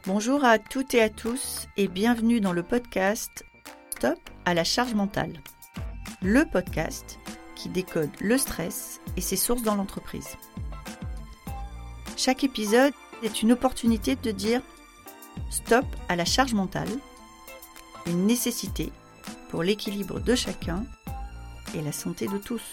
Bonjour à toutes et à tous et bienvenue dans le podcast Stop à la charge mentale. Le podcast qui décode le stress et ses sources dans l'entreprise. Chaque épisode est une opportunité de dire stop à la charge mentale, une nécessité pour l'équilibre de chacun et la santé de tous.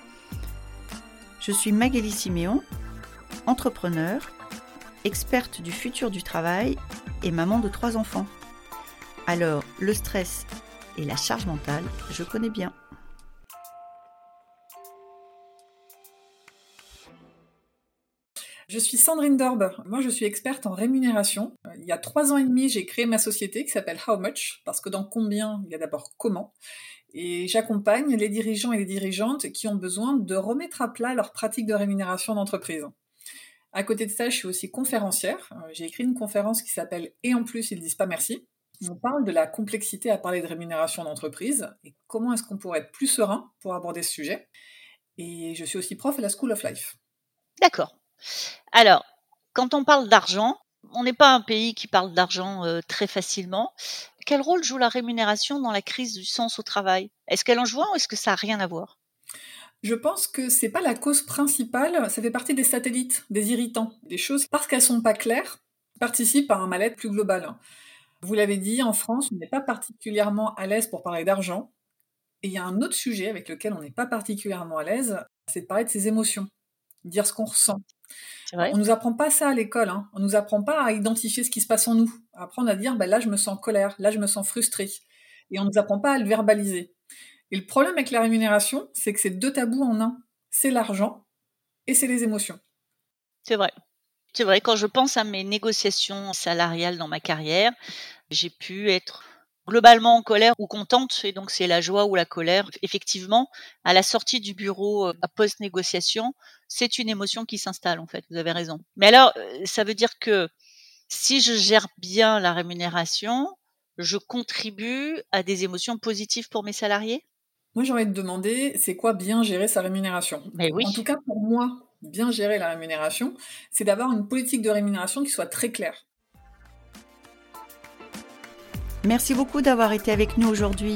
Je suis Magali Siméon, entrepreneur, experte du futur du travail et maman de 3 enfants. Alors, le stress et la charge mentale, je connais bien. Je suis Sandrine Dorbe. Moi, je suis experte en rémunération. Il y a 3 ans et demi, j'ai créé ma société qui s'appelle How Much, parce que dans combien, il y a d'abord comment. Et j'accompagne les dirigeants et les dirigeantes qui ont besoin de remettre à plat leurs pratiques de rémunération d'entreprise. À côté de ça, je suis aussi conférencière. J'ai écrit une conférence qui s'appelle « Et en plus, ils disent pas merci ». On parle de la complexité à parler de rémunération d'entreprise et comment est-ce qu'on pourrait être plus serein pour aborder ce sujet. Et je suis aussi prof à la School of Life. D'accord. Alors, quand on parle d'argent, on n'est pas un pays qui parle d'argent très facilement. Quel rôle joue la rémunération dans la crise du sens au travail ? Est-ce qu'elle en joue un ou est-ce que ça n'a rien à voir ? Je pense que c'est pas la cause principale, ça fait partie des satellites, des irritants, des choses, parce qu'elles sont pas claires, participent à un mal-être plus global. Vous l'avez dit, en France, on n'est pas particulièrement à l'aise pour parler d'argent, et il y a un autre sujet avec lequel on n'est pas particulièrement à l'aise, c'est de parler de ses émotions, dire ce qu'on ressent. C'est vrai ? On nous apprend pas ça à l'école, on nous apprend pas à identifier ce qui se passe en nous, à apprendre à dire là je me sens en colère, là je me sens frustrée, et on nous apprend pas à le verbaliser. Et le problème avec la rémunération, c'est que c'est 2 tabous en un. C'est l'argent et c'est les émotions. C'est vrai. C'est vrai, quand je pense à mes négociations salariales dans ma carrière, j'ai pu être globalement en colère ou contente, et donc c'est la joie ou la colère. Effectivement, à la sortie du bureau, à post-négociation, c'est une émotion qui s'installe en fait, vous avez raison. Mais alors, ça veut dire que si je gère bien la rémunération, je contribue à des émotions positives pour mes salariés ? Moi, j'ai envie de demander, c'est quoi bien gérer sa rémunération ? Mais oui. En tout cas, pour moi, bien gérer la rémunération, c'est d'avoir une politique de rémunération qui soit très claire. Merci beaucoup d'avoir été avec nous aujourd'hui.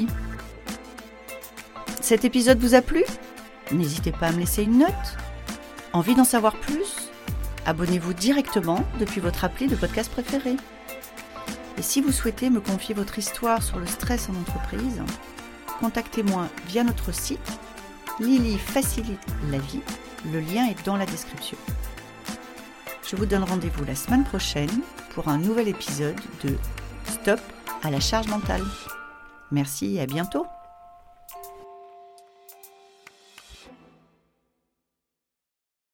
Cet épisode vous a plu ? N'hésitez pas à me laisser une note. Envie d'en savoir plus ? Abonnez-vous directement depuis votre appli de podcast préféré. Et si vous souhaitez me confier votre histoire sur le stress en entreprise, contactez-moi via notre site Lily facilite la vie. Le lien est dans la description. Je vous donne rendez-vous la semaine prochaine pour un nouvel épisode de Stop à la charge mentale. Merci et à bientôt.